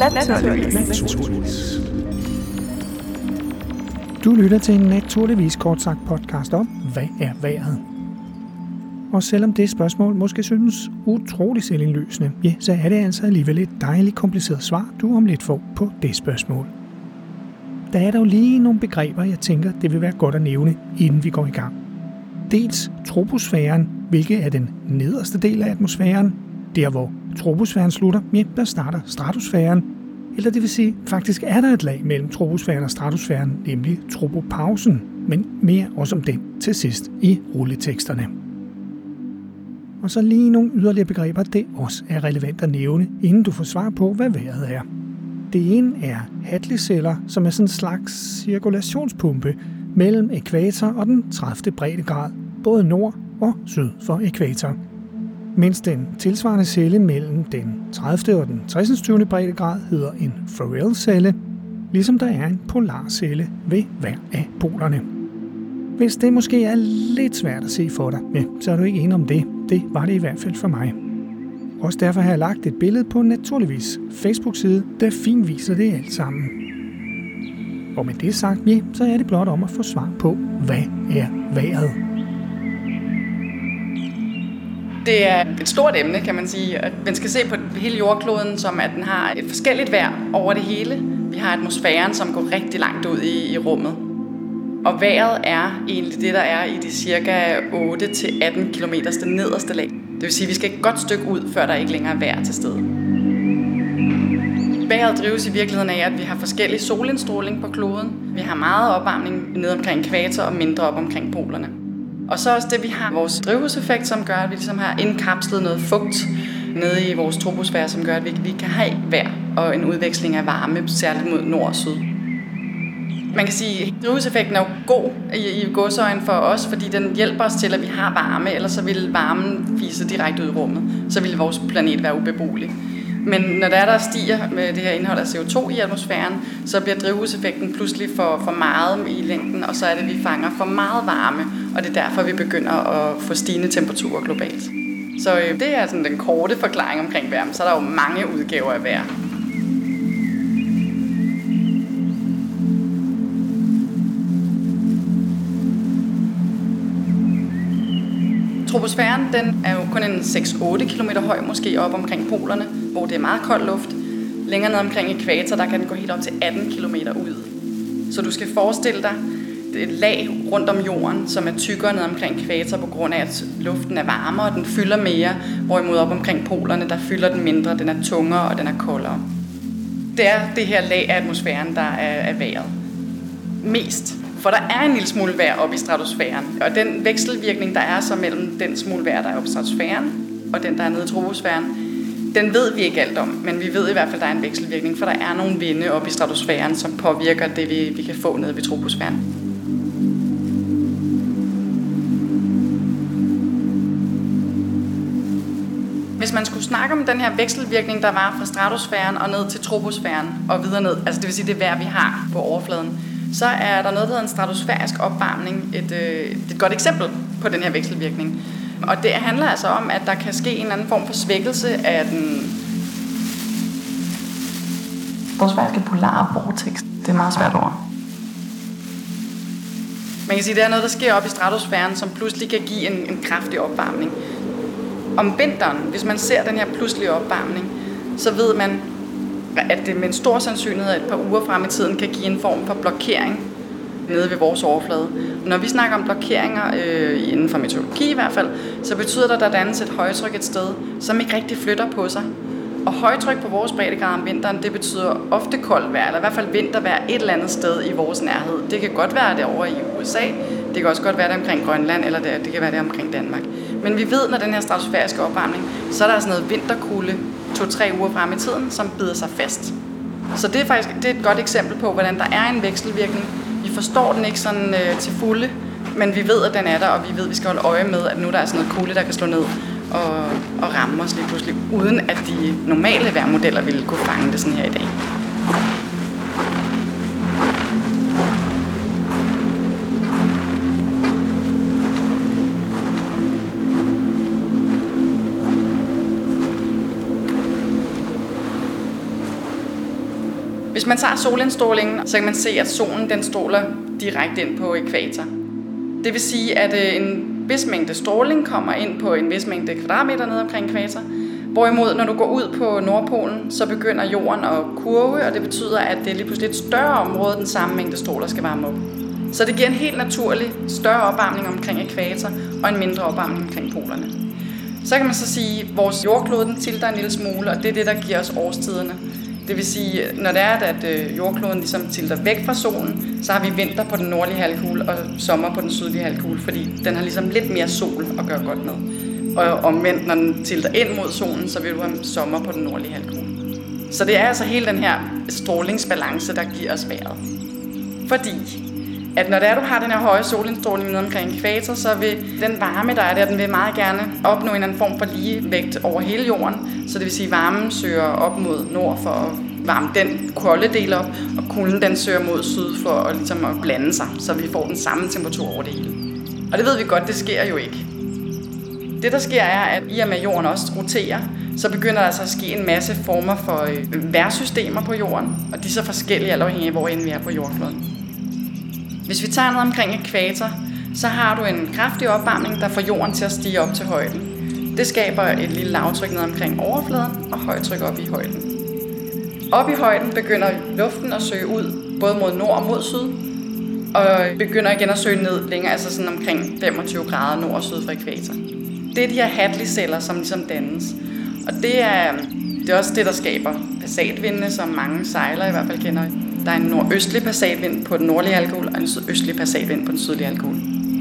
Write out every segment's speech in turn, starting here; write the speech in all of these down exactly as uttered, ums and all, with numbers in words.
Naturligvis. Naturligvis. Du lytter til en naturligvis kort sagt podcast om, hvad er vejret? Og selvom det spørgsmål måske synes utrolig selvindlysende, ja, så er det altså alligevel et dejligt kompliceret svar, du om lidt får på det spørgsmål. Der er dog lige nogle begreber, jeg tænker, det vil være godt at nævne, inden vi går i gang. Dels troposfæren, hvilket er den nederste del af atmosfæren. Der hvor troposfæren slutter, ja, der starter stratosfæren. Eller det vil sige, faktisk er der et lag mellem troposfæren og stratosfæren, nemlig tropopausen. Men mere også om den til sidst i rulleteksterne. Og så lige nogle yderligere begreber, det også er relevant at nævne, inden du får svar på, hvad vejret er. Det ene er Hadley-celler, som er sådan en slags cirkulationspumpe mellem ækvator og den tredivte breddegrad, både nord og syd for ækvator. Mens den tilsvarende celle mellem den tredivte og den treogtyvende breddegrad hedder en Forel-celle, ligesom der er en polarcelle ved hver af polerne. Hvis det måske er lidt svært at se for dig, ja, så er du ikke enig om det. Det var det i hvert fald for mig. Også derfor har jeg lagt et billede på Naturligvis Facebook-side, der fint viser det alt sammen. Og med det sagt, ja, så er det blot om at få svar på, hvad er vejret? Det er et stort emne, kan man sige. Man skal se på hele jordkloden, som at den har et forskelligt vejr over det hele. Vi har atmosfæren, som går rigtig langt ud i, i rummet. Og vejret er egentlig det, der er i de cirka otte til atten kilometers det nederste lag. Det vil sige, at vi skal et godt stykke ud, før der ikke længere er vejr til stede. Vejret drives i virkeligheden af, at vi har forskellig solindstråling på kloden. Vi har meget opvarmning ned omkring ækvator og mindre op omkring polerne. Og så også det, vi har vores drivhuseffekt, som gør, at vi ligesom har indkapslet noget fugt nede i vores troposfære, som gør, at vi, vi kan have vejr og en udveksling af varme, særligt mod nord og syd. Man kan sige, at drivhuseffekten er jo god i, i godsøjen for os, fordi den hjælper os til, at vi har varme, ellers så vil varmen fise direkte ud i rummet. Så vil vores planet være ubeboelig. Men når der, der stiger med det her indhold af C O to i atmosfæren, så bliver drivhuseffekten pludselig for, for meget i længden, og så er det, at vi fanger for meget varme, og det er derfor, vi begynder at få stigende temperaturer globalt. Så øh, det er sådan den korte forklaring omkring vejr, så er der jo mange udgaver af vejr. Troposfæren, den er jo kun en seks til otte kilometer høj, måske op omkring polerne, hvor det er meget kold luft. Længere ned omkring ækvator, der kan den gå helt op til atten kilometer ud. Så du skal forestille dig et lag rundt om jorden, som er tykkere ned omkring ækvator, på grund af, at luften er varmere, og den fylder mere, hvorimod op omkring polerne, der fylder den mindre, den er tungere og den er koldere. Det er det her lag af atmosfæren, der er, er vejret. Mest. For der er en lille smule vejr oppe i stratosfæren, og den vekselvirkning, der er så mellem den smule vejr, der er oppe i stratosfæren, og den, der er nede i troposfæren, den ved vi ikke alt om, men vi ved i hvert fald, at der er en vekselvirkning, for der er nogle vinde oppe i stratosfæren, som påvirker det, vi, vi kan få nede ved troposfæren. Hvis man skulle snakke om den her vekselvirkning, der var fra stratosfæren og ned til troposfæren og videre ned, altså det vil sige det vejr, vi har på overfladen, så er der noget, der hedder en stratosfærisk opvarmning, et, øh, et godt eksempel på den her vekselvirkning. Og det handler altså om, at der kan ske en eller anden form for svækkelse af den stratosfæriske polare vortex. Det er meget svært ord. Man kan sige, at det er noget, der sker op i stratosfæren, som pludselig kan give en, en kraftig opvarmning. Om vinteren, hvis man ser den her pludselige opvarmning, så ved man, at det med en stor sandsynlighed et par uger frem i tiden kan give en form for blokering nede ved vores overflade. Når vi snakker om blokeringer, øh, inden for meteorologi i hvert fald, så betyder det, at der dannes et højtryk et sted, som ikke rigtig flytter på sig. Og højtryk på vores breddegrad om vinteren, det betyder ofte koldt vejr, eller i hvert fald vintervejr et eller andet sted i vores nærhed. Det kan godt være derovre i U S A, det kan også godt være det omkring Grønland, eller det, det kan være det omkring Danmark. Men vi ved, når den her stratosfæriske opvarmning, så er der sådan noget vinterkulde to-tre uger frem i tiden, som bider sig fast. Så det er faktisk det er et godt eksempel på, hvordan der er en vekselvirkning. Vi forstår den ikke sådan øh, til fulde, men vi ved, at den er der, og vi ved, at vi skal holde øje med, at nu der er sådan noget kulde, der kan slå ned og, og ramme os lige pludselig, uden at de normale vejrmodeller ville kunne fange det sådan her i dag. Hvis man tager solindstrålingen, så kan man se, at solen den stråler direkte ind på ækvator. Det vil sige, at en vis mængde stråling kommer ind på en vis mængde kvadratmeter nede omkring ækvator. Hvorimod, når du går ud på Nordpolen, så begynder jorden at kurve, og det betyder, at det er lige pludselig et større område, den samme mængde stråler skal varme op. Så det giver en helt naturlig større opvarmning omkring ækvator og en mindre opvarmning omkring polerne. Så kan man så sige, at vores jordklode den tilter en lille smule, og det er det, der giver os årstiderne. Det vil sige, når det er, at jordkloden ligesom tilter væk fra solen, så har vi vinter på den nordlige halvkugle og sommer på den sydlige halvkugle, fordi den har ligesom lidt mere sol at gøre godt med. Og omvendt, når den tilter ind mod solen, så vil du have sommer på den nordlige halvkugle. Så det er altså hele den her strålingsbalance, der giver os vejret. Fordi at når det er, du har den her høje solindstråling nede omkring ækvator, så vil den varme, der er der, den vil meget gerne opnå en eller anden form for ligevægt over hele jorden. Så det vil sige, at varmen søger op mod nord for at varme den kolde del op, og kulden den søger mod syd for at, ligesom at blande sig, så vi får den samme temperatur over det hele. Og det ved vi godt, det sker jo ikke. Det, der sker, er, at i og med jorden også roterer, så begynder der altså at ske en masse former for vejrsystemer på jorden, og de er så forskellige, alt afhængig af, hvor end vi er på jordkloden. Hvis vi tager ned omkring ækvator, så har du en kraftig opvarmning, der får jorden til at stige op til højden. Det skaber et lille lavtryk ned omkring overfladen og højtryk op i højden. Op i højden begynder luften at søge ud, både mod nord og mod syd, og begynder igen at søge ned længere, altså sådan omkring femogtyve grader nord og syd for ækvator. Det er de her Hadley-celler, som ligesom dannes. Og det er, det er også det, der skaber passatvindene, som mange sejlere i hvert fald kender. Der er en nordøstlig passatvind på den nordlige halvkugle og en sydøstlig passatvind på den sydlige halvkugle.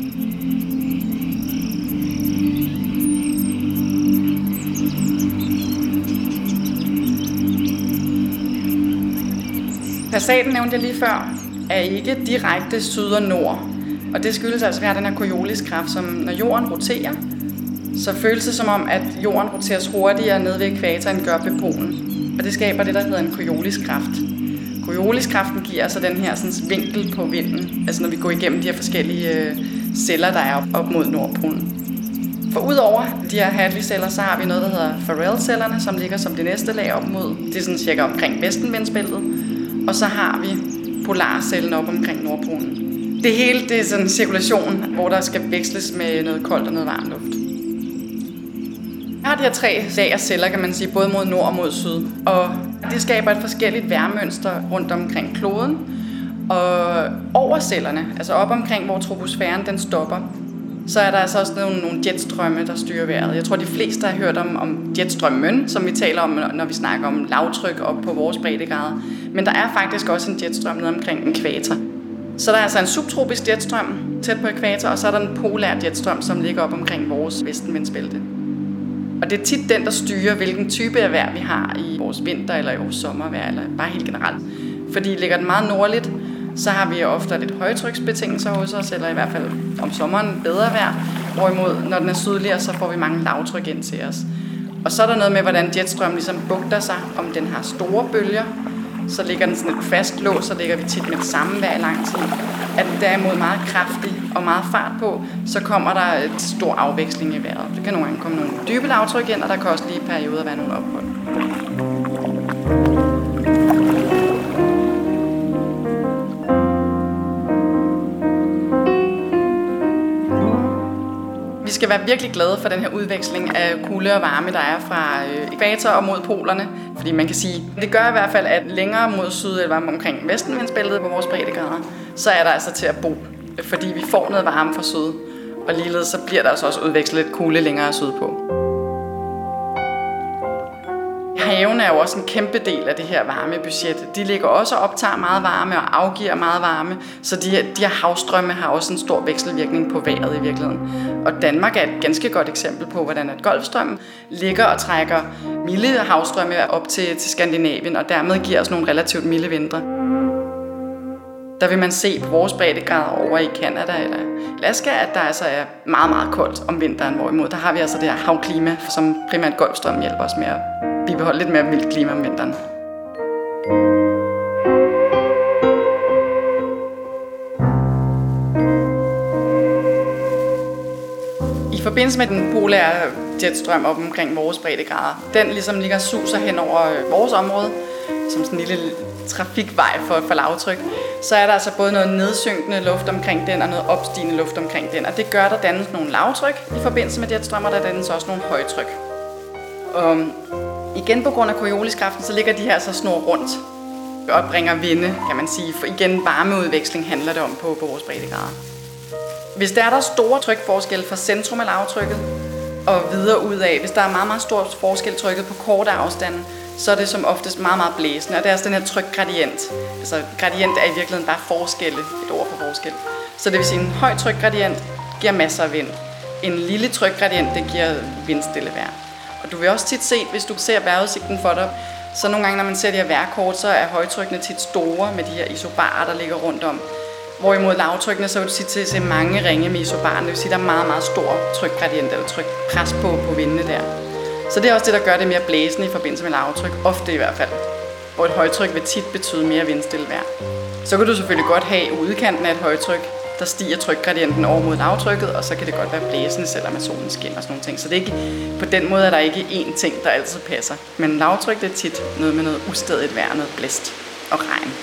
Passaten nævnte jeg lige før, er ikke direkte syd og nord. Og det skyldes altså, at vi har den her Corioliskraft, som når jorden roterer, så føles det som om, at jorden roteres hurtigere ned ved ækvator end gør ved polen. Og det skaber det, der hedder en Corioliskraft. Corioliskraften giver altså den her sådan, vinkel på vinden, altså når vi går igennem de her forskellige øh, celler, der er op, op mod Nordpolen. For udover de her Hadley-celler, så har vi noget, der hedder Farrell-cellerne, som ligger som det næste lag op mod, det er sådan cirka omkring vestenvindsbæltet, og så har vi polarcellen op omkring Nordpolen. Det hele det er sådan en cirkulation, hvor der skal veksles med noget koldt og noget varmt luft. Jeg har de her tre lag af celler, kan man sige, både mod nord og mod syd, og det skaber et forskelligt vejrmønster rundt omkring kloden. Og over cellerne, altså op omkring, hvor troposfæren den stopper, så er der altså også nogle, nogle jetstrømme, der styrer vejret. Jeg tror, de fleste har hørt om, om jetstrømmen, som vi taler om, når vi snakker om lavtryk op på vores breddegrader. Men der er faktisk også en jetstrøm nede omkring ækvator. Så der er altså en subtropisk jetstrøm tæt på ækvator, og så er der en polær jetstrøm, som ligger op omkring vores vestenvindsbælte. Og det er tit den, der styrer, hvilken type af vejr vi har i vores vinter eller i vores sommervejr, eller bare helt generelt. Fordi ligger den meget nordligt, så har vi ofte lidt højtryksbetingelser hos os, eller i hvert fald om sommeren bedre vejr. Hvorimod, når den er sydligere, så får vi mange lavtryk ind til os. Og så er der noget med, hvordan jetstrømmen ligesom bugter sig, om den har store bølger. Så ligger den sådan et fast lås, så ligger vi tit med det samme vejr i lang tid. Er den derimod meget kraftig og meget fart på, så kommer der et stor afveksling i vejret. Det kan nogle gange komme nogle dybe lavtryk ind, og der kan også lige i perioder være nogle ophold. Vi skal være virkelig glade for den her udveksling af kulde og varme, der er fra ækvator og mod polerne. Fordi man kan sige, det gør i hvert fald, at længere mod syd, eller omkring vestenvindsbæltet på vores breddegrader, så er der altså til at bo. Fordi vi får noget varme fra syd, og ligeledes så bliver der altså også udvekslet lidt kulde længere sydpå. Haven er jo også en kæmpe del af det her varmebudget. De ligger også og optager meget varme og afgiver meget varme, så de her, de her havstrømme har også en stor vekselvirkning på vejret i virkeligheden. Og Danmark er et ganske godt eksempel på, hvordan at Golfstrømmen ligger og trækker milde havstrømme op til, til Skandinavien, og dermed giver os nogle relativt milde vintre. Der vil man se på vores breddegrader over i Canada eller Alaska, at der altså er meget, meget koldt om vinteren, hvorimod der har vi altså det her havklima, som primært Golfstrømmen hjælper os med at bibeholde lidt mere mildt klima om vinteren. I forbindelse med den polære jetstrøm op omkring vores breddegrader, den ligesom ligger suser hen over vores område, som sådan en lille trafikvej for, for lavtryk, så er der altså både noget nedsynkende luft omkring den og noget opstigende luft omkring den. Og det gør, der dannes nogle lavtryk i forbindelse med jetstrømmer, der dannes også nogle højtryk. Og igen på grund af Corioliskraften, så ligger de her så snor rundt og bringer vinde, kan man sige. For igen, varmeudveksling handler det om på, på vores breddegrader. Hvis der er der store trykforskelle fra centrum af lavtrykket og videre ud af, hvis der er meget, meget stor forskel trykket på korte afstande, så er det som oftest meget, meget blæsende. Og det er altså den her trykgradient. Altså gradient er i virkeligheden bare forskelle, et ord for forskel. Så det vil sige, en høj trykgradient giver masser af vind. En lille trykgradient, det giver vindstille vejr. Og du vil også tit se, hvis du ser vejrudsigten for dig, så nogle gange, når man ser de her vejrkort, så er højtrykkene tit store med de her isobarer, der ligger rundt om. Hvorimod lavtrykkene, så vil du tit se mange ringe med isobaren. Det vil sige, at der er meget, meget stor trykgradient eller trykpres på, på vindene der. Så det er også det, der gør det mere blæsende i forbindelse med lavtryk. Ofte i hvert fald. Hvor et højtryk vil tit betyde mere vindstille vejr. Så kan du selvfølgelig godt have udkanten af et højtryk, der stiger trykgradienten over mod lavtrykket, og så kan det godt være blæsende, selvom solen skinner og sådan nogle ting. Så det er ikke, på den måde er der ikke én ting, der altid passer. Men lavtryk, det er tit noget med noget ustadigt vejr, noget blæst og regn.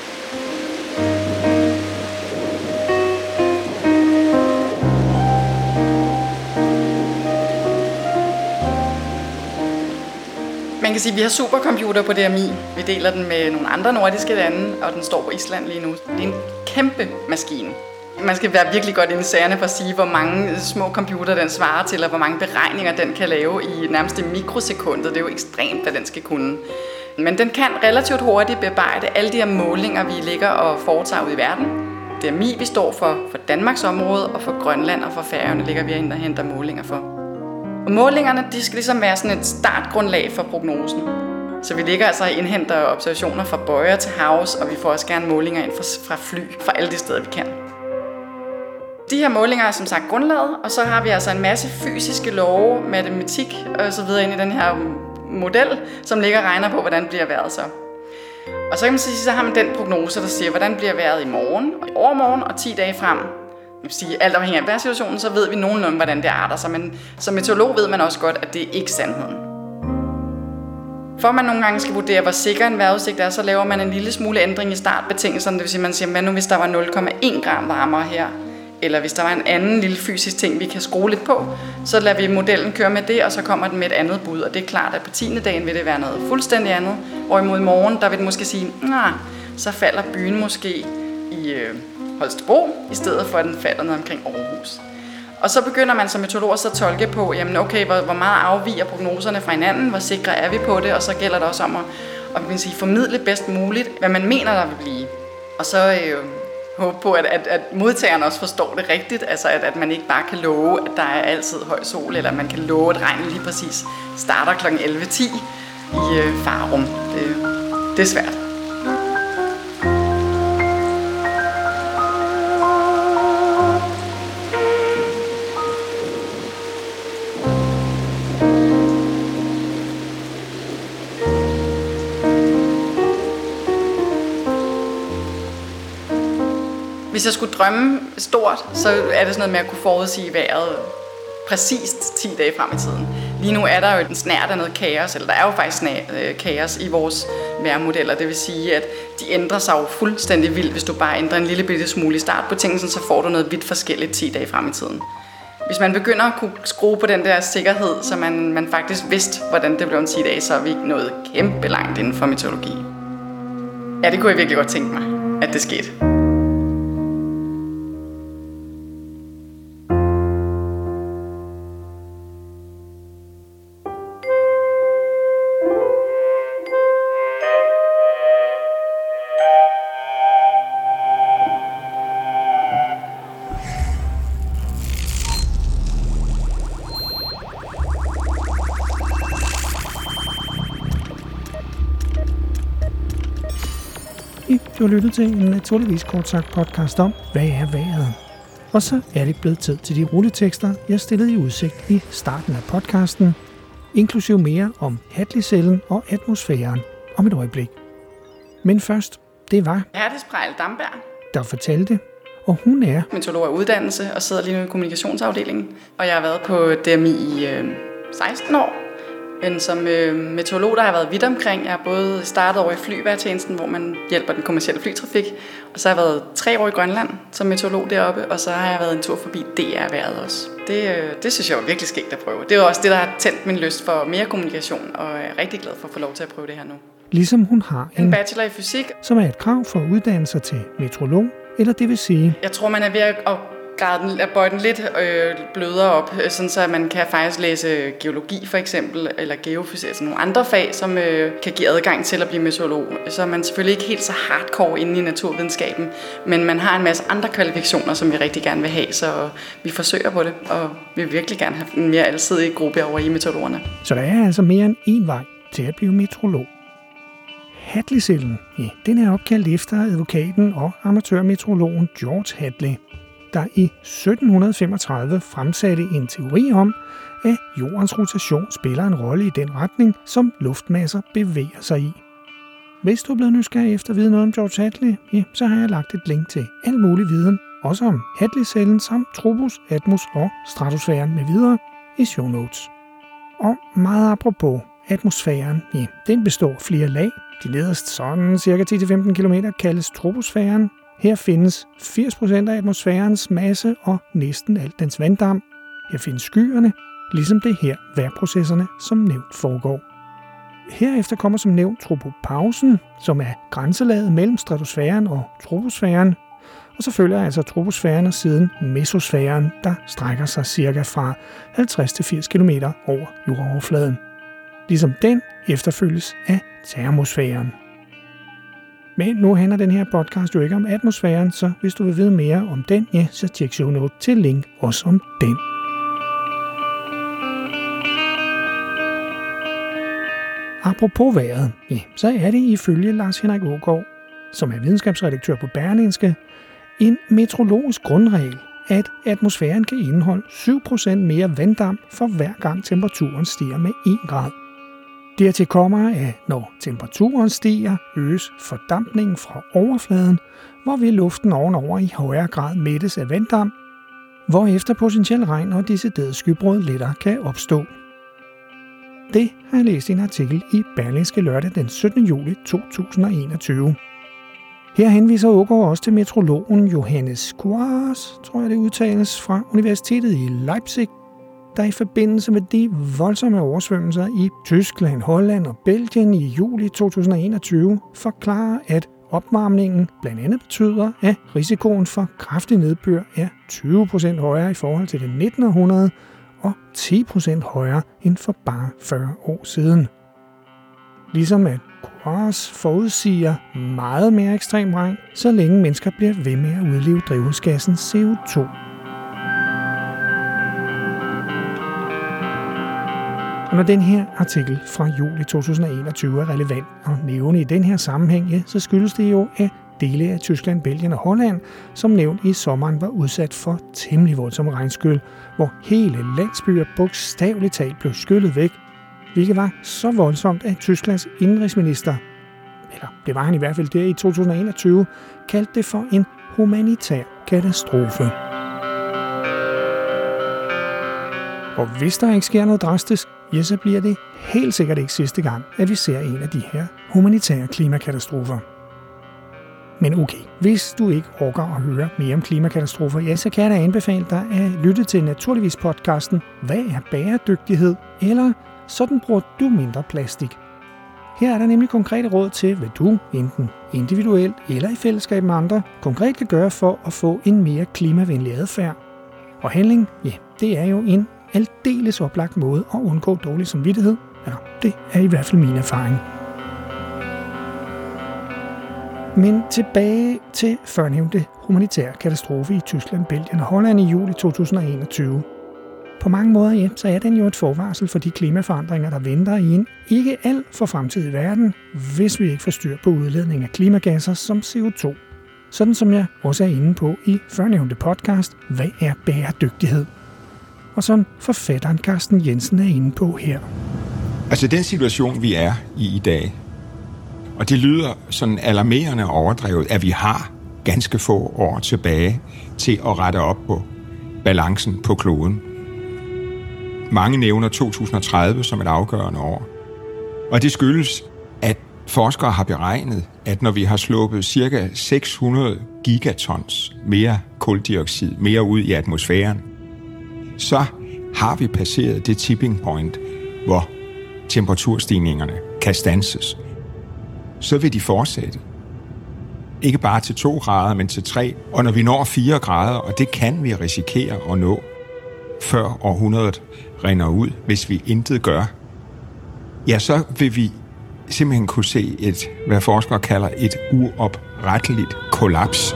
Man kan sige, at vi har supercomputer på D M I. Vi deler den med nogle andre nordiske lande, og den står på Island lige nu. Det er en kæmpe maskine. Man skal være virkelig godt inde i sagerne for at sige, hvor mange små computer den svarer til, og hvor mange beregninger den kan lave i nærmest i mikrosekundet. Det er jo ekstremt, hvad den skal kunne. Men den kan relativt hurtigt bearbejde alle de her målinger, vi ligger og foretager ud i verden. D M I, vi står for, for Danmarks område, og for Grønland og for Færøerne ligger vi ind og henter målinger for. Og målingerne, de skal ligesom være sådan et startgrundlag for prognosen. Så vi ligger altså og indhenter observationer fra bøjer til havs, og vi får også gerne målinger ind fra, fra fly, fra alle de steder, vi kan. De her målinger er som sagt grundlaget, og så har vi altså en masse fysiske love, matematik og så videre ind i den her model, som ligger og regner på, hvordan bliver vejret så. Og så kan man sige, så har man den prognose, der siger, hvordan bliver vejret i morgen, og i overmorgen og ti dage frem. Jeg vil sige, alt afhængig af vejrsituationen, så ved vi nogenlunde, hvordan det arter sig, men som meteorolog ved man også godt, at det ikke er sandheden. For man nogle gange skal vurdere, hvor sikker en vejrudsigt er, så laver man en lille smule ændring i startbetingelserne. Det vil sige, man siger, hvad nu hvis der var nul komma en gram varmere her, eller hvis der var en anden lille fysisk ting, vi kan skrue lidt på, så lader vi modellen køre med det, og så kommer den med et andet bud. Og det er klart, at på tiende dagen vil det være noget fuldstændig andet. Og imod i morgen, der vil den måske sige, nej, så falder byen måske i øh, Holstebro, i stedet for at den falder ned omkring Aarhus. Og så begynder man som meteorolog så at tolke på, jamen okay, hvor, hvor meget afviger prognoserne fra hinanden, hvor sikre er vi på det, og så gælder det også om at, at man sige, formidle bedst muligt, hvad man mener, der vil blive. Og så øh, håbe på, at, at, at modtageren også forstår det rigtigt, altså at, at man ikke bare kan love, at der er altid høj sol, eller man kan love, at regnen lige præcis starter klokken elleve ti i øh, Farum. Det, det er svært. Hvis jeg skulle drømme stort, så er det sådan noget med at kunne forudsige vejret præcist ti dage frem i tiden. Lige nu er der jo en snært af noget kaos, eller der er jo faktisk snært, kaos i vores vejrmodeller. Det vil sige, at de ændrer sig jo fuldstændig vildt. Hvis du bare ændrer en lille bitte smule i startbetingelsen, så får du noget vidt forskelligt ti dage frem i tiden. Hvis man begynder at kunne skrue på den der sikkerhed, så man, man faktisk vidste, hvordan det blev om ti dage, så er vi nået kæmpe langt inden for meteorologi. Ja, det kunne jeg virkelig godt tænke mig, at det skete. Du har lyttet til en naturligvis kort sagt podcast om, hvad er vejret? Og så er det blevet tid til de rulletekster, jeg stillede i udsigt i starten af podcasten, inklusive mere om Hadley-cellen og atmosfæren om et øjeblik. Men først, det var Herdis Prejl Damberg, der fortalte, og hun er meteorolog af uddannelse og sidder lige nu i kommunikationsafdelingen. Og jeg har været på D M I i øh, seksten år, Men som øh, meteorolog, der har været vidt omkring, jeg har både startet over i flyvejrtjenesten, hvor man hjælper den kommercielle flytrafik, og så har jeg været tre år i Grønland som meteorolog deroppe, og så har jeg været en tur forbi D R-vejret også. Det, øh, det synes jeg var virkelig skægt at prøve. Det er også det, der har tændt min lyst for mere kommunikation, og jeg er rigtig glad for at få lov til at prøve det her nu. Ligesom hun har en, en bachelor i fysik, som er et krav for at uddanne sig til meteorolog, eller det vil sige... Jeg tror, man er ved at grade den, at bøje den lidt øh, blødere op, sådan så man kan faktisk læse geologi for eksempel, eller geofysik, altså nogle andre fag, som øh, kan give adgang til at blive meteorolog. Så er man selvfølgelig ikke helt så hardcore inde i naturvidenskaben, men man har en masse andre kvalifikationer, som vi rigtig gerne vil have, så vi forsøger på det, og vi vil virkelig gerne have en mere alsidig gruppe over i meteorologerne. Så der er altså mere end én vej til at blive meteorolog. Hadley-cellen, ja, den er opkaldt efter advokaten og amatørmeteorologen George Hadley, der i sytten femogtredive fremsatte en teori om, at jordens rotation spiller en rolle i den retning, som luftmasser bevæger sig i. Hvis du er blevet nysgerrig efter at vide noget om George Hadley, ja, så har jeg lagt et link til al mulig viden, også om Hadley-cellen samt Tropos, Atmos og stratosfæren med videre i show notes. Og meget apropos atmosfæren, ja, den består af flere lag. De nederst sådan cirka ti til femten kilometer kaldes troposfæren. Her findes firs procent af atmosfærens masse og næsten alt dens vanddamp. Her findes skyerne, ligesom det her vejrprocesserne som nævnt foregår. Herefter kommer som nævnt tropopausen, som er grænselaget mellem stratosfæren og troposfæren. Og så følger altså troposfæren og siden mesosfæren, der strækker sig cirka fra halvtreds til firs kilometer over jordoverfladen. Ligesom den efterfølges af termosfæren. Men nu handler den her podcast jo ikke om atmosfæren, så hvis du vil vide mere om den, ja, så tjek show notes til link også om den. Apropos vejret, ja, så er det ifølge Lars Henrik Aagaard, som er videnskabsredaktør på Berlingske, en meteorologisk grundregel, at atmosfæren kan indeholde syv procent mere vanddamp for hver gang temperaturen stiger med en grad. Dertil kommer, at når temperaturen stiger, øges fordampningen fra overfladen, hvorved luften ovenover i højere grad mættes af vanddamp, hvorefter potentiel regn og decideret skybrud lettere kan opstå. Det har jeg læst i en artikel i Berlingske lørdag den syttende juli to tusind og enogtyve. Her henviser Aagaard også til meteorologen Johannes Quaas, tror jeg det udtales, fra Universitetet i Leipzig, der i forbindelse med de voldsomme oversvømmelser i Tyskland, Holland og Belgien i juli to tusind og enogtyve forklarer, at opvarmningen blandt andet betyder, at risikoen for kraftig nedbør er tyve procent højere i forhold til det nitten hundrede og ti procent højere end for bare fyrre år siden. Ligesom at Quaas forudsiger meget mere ekstrem regn, så længe mennesker bliver ved med at udleve drivhusgassen C O to. Og når den her artikel fra juli to tusind og enogtyve er relevant at nævne i den her sammenhæng, ja, så skyldes det jo, at dele af Tyskland, Belgien og Holland, som nævnt i sommeren, var udsat for temmelig voldsomme regnskyl, hvor hele landsbyer bogstaveligt talt blev skyllet væk, hvilket var så voldsomt, at Tysklands indenrigsminister, eller det var han i hvert fald der i to tusind og enogtyve, kaldte det for en humanitær katastrofe. Og hvis der ikke sker noget drastisk, ja, så bliver det helt sikkert ikke sidste gang, at vi ser en af de her humanitære klimakatastrofer. Men okay, hvis du ikke orker at høre mere om klimakatastrofer, ja, så kan jeg da anbefale dig at lytte til naturligvis podcasten Hvad er bæredygtighed? Eller Sådan bruger du mindre plastik. Her er der nemlig konkrete råd til, hvad du, enten individuelt eller i fællesskab med andre, konkret kan gøre for at få en mere klimavenlig adfærd. Og handling, ja, det er jo en aldeles oplagt måde at undgå dårlig samvittighed. Eller det er i hvert fald min erfaring. Men tilbage til førnævnte humanitære katastrofe i Tyskland, Belgien og Holland i juli to tusind og enogtyve. På mange måder, ja, så er den jo et forvarsel for de klimaforandringer, der venter i en ikke alt for fremtidig verden, hvis vi ikke får styr på udledning af klimagasser som C O to. Sådan som jeg også er inde på i førnævnte podcast, Hvad er bæredygtighed? Og som forfatteren Carsten Jensen er inde på her. Altså den situation, vi er i i dag, og det lyder sådan alarmerende overdrevet, at vi har ganske få år tilbage til at rette op på balancen på kloden. Mange nævner to tusind og tredive som et afgørende år. Og det skyldes, at forskere har beregnet, at når vi har sluppet ca. seks hundrede gigatons mere kuldioxid, mere ud i atmosfæren, så har vi passeret det tipping point, hvor temperaturstigningerne kan standses. Så vil de fortsætte. Ikke bare til to grader, men til tre. Og når vi når fire grader, og det kan vi risikere at nå, før århundredet rinder ud, hvis vi intet gør, ja, så vil vi simpelthen kunne se et, hvad forskere kalder et uopretteligt kollaps.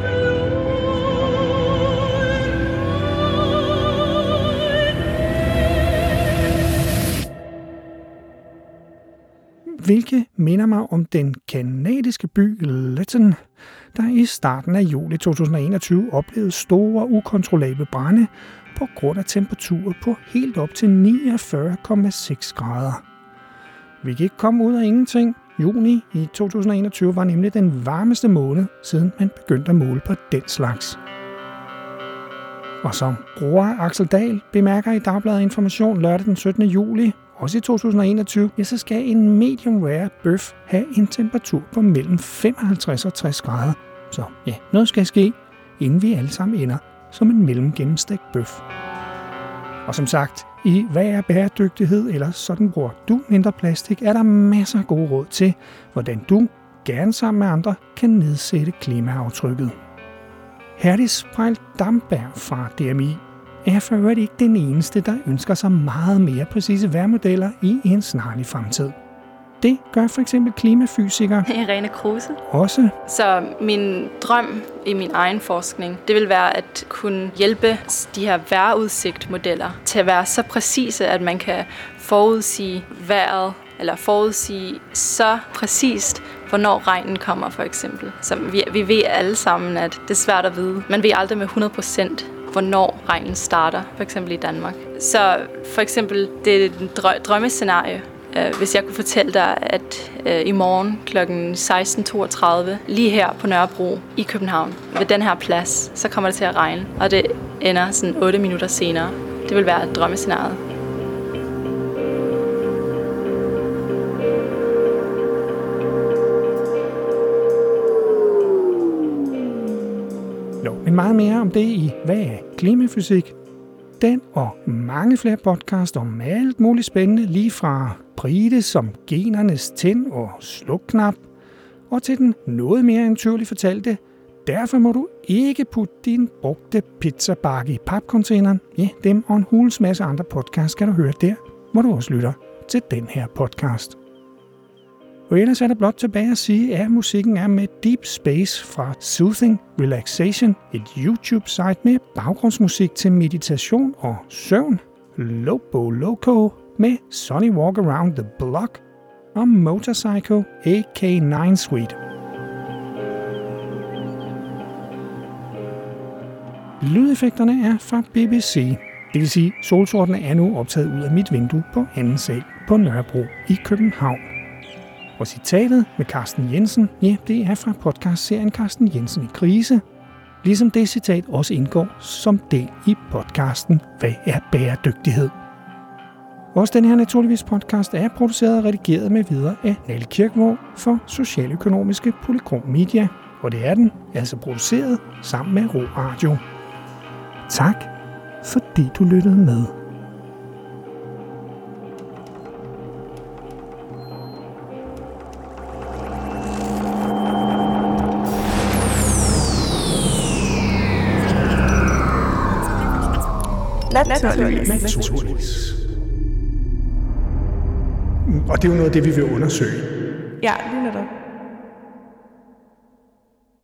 Hvilket minder mig om den kanadiske by Lytton, der i starten af juli to tusind og enogtyve oplevede store, ukontrollable brande på grund af temperaturer på helt op til niogfyrre komma seks grader. Vi kan ikke komme ud af ingenting. Juni i to tusind og enogtyve var nemlig den varmeste måned, siden man begyndte at måle på den slags. Og som bruger Axel Dahl bemærker i Dagbladet Information lørdag den syttende juli, også i to tusind og enogtyve, ja, så skal en medium rare bøf have en temperatur på mellem femoghalvtreds og tres grader. Så ja, noget skal ske, inden vi alle sammen ender som en mellemgennemstegt bøf. Og som sagt, i Hvad er bæredygtighed, eller Sådan bruger du mindre plastik, er der masser af gode råd til, hvordan du, gerne sammen med andre, kan nedsætte klimaaftrykket. Herdis Prejl Damberg fra D M I er for øvrigt ikke den eneste, der ønsker sig meget mere præcise vejrmodeller i en snarlig fremtid. Det gør for eksempel klimafysiker Irene Kruse også. Så min drøm i min egen forskning, det vil være at kunne hjælpe de her vejrudsigtmodeller til at være så præcise, at man kan forudsige vejret, eller forudsige så præcist, hvornår regnen kommer for eksempel. Så vi, vi ved alle sammen, at det er svært at vide. Man ved aldrig med hundrede procent, hvornår regnen starter, for eksempel i Danmark. Så for eksempel, det er et drømmescenarie, hvis jeg kunne fortælle dig, at øh, i morgen klokken seksten toogtredive, lige her på Nørrebro i København, ved den her plads, så kommer det til at regne, og det ender sådan otte minutter senere. Det vil være et drømmescenarie. Nå, men meget mere om det i Hvad er klimafysik? Den og mange flere podcasts om alt muligt spændende, lige fra Brite som genernes tænd- og slukknap, og til den noget mere entydigt fortalte, derfor må du ikke putte din brugte pizzabakke i papcontaineren. Ja, dem og en hulens masse andre podcasts skal du høre der, hvor du også lytter til den her podcast. Og ellers er der blot tilbage at sige, at musikken er med Deep Space fra Soothing Relaxation, et YouTube-site med baggrundsmusik til meditation og søvn, Lobo Loco med Sunny Walk Around the Block og Motorcycle A K ni Suite. Lydeffekterne er fra B B C, det vil sige, solsortene er nu optaget ud af mit vindue på anden sal på Nørrebro i København. Og citatet med Carsten Jensen, ja, det er fra podcastserien Carsten Jensen i krise, ligesom det citat også indgår som del i podcasten Hvad er bæredygtighed? Også den her naturligvis podcast er produceret og redigeret med videre af Nalle Kirkegaard for Socialøkonomiske Polychrom Media, og det er den altså produceret sammen med Ro Radio. Tak, fordi du lyttede med. Naturligvis. Naturligvis. Og det er jo noget af det, vi vil undersøge. Ja, lige netop.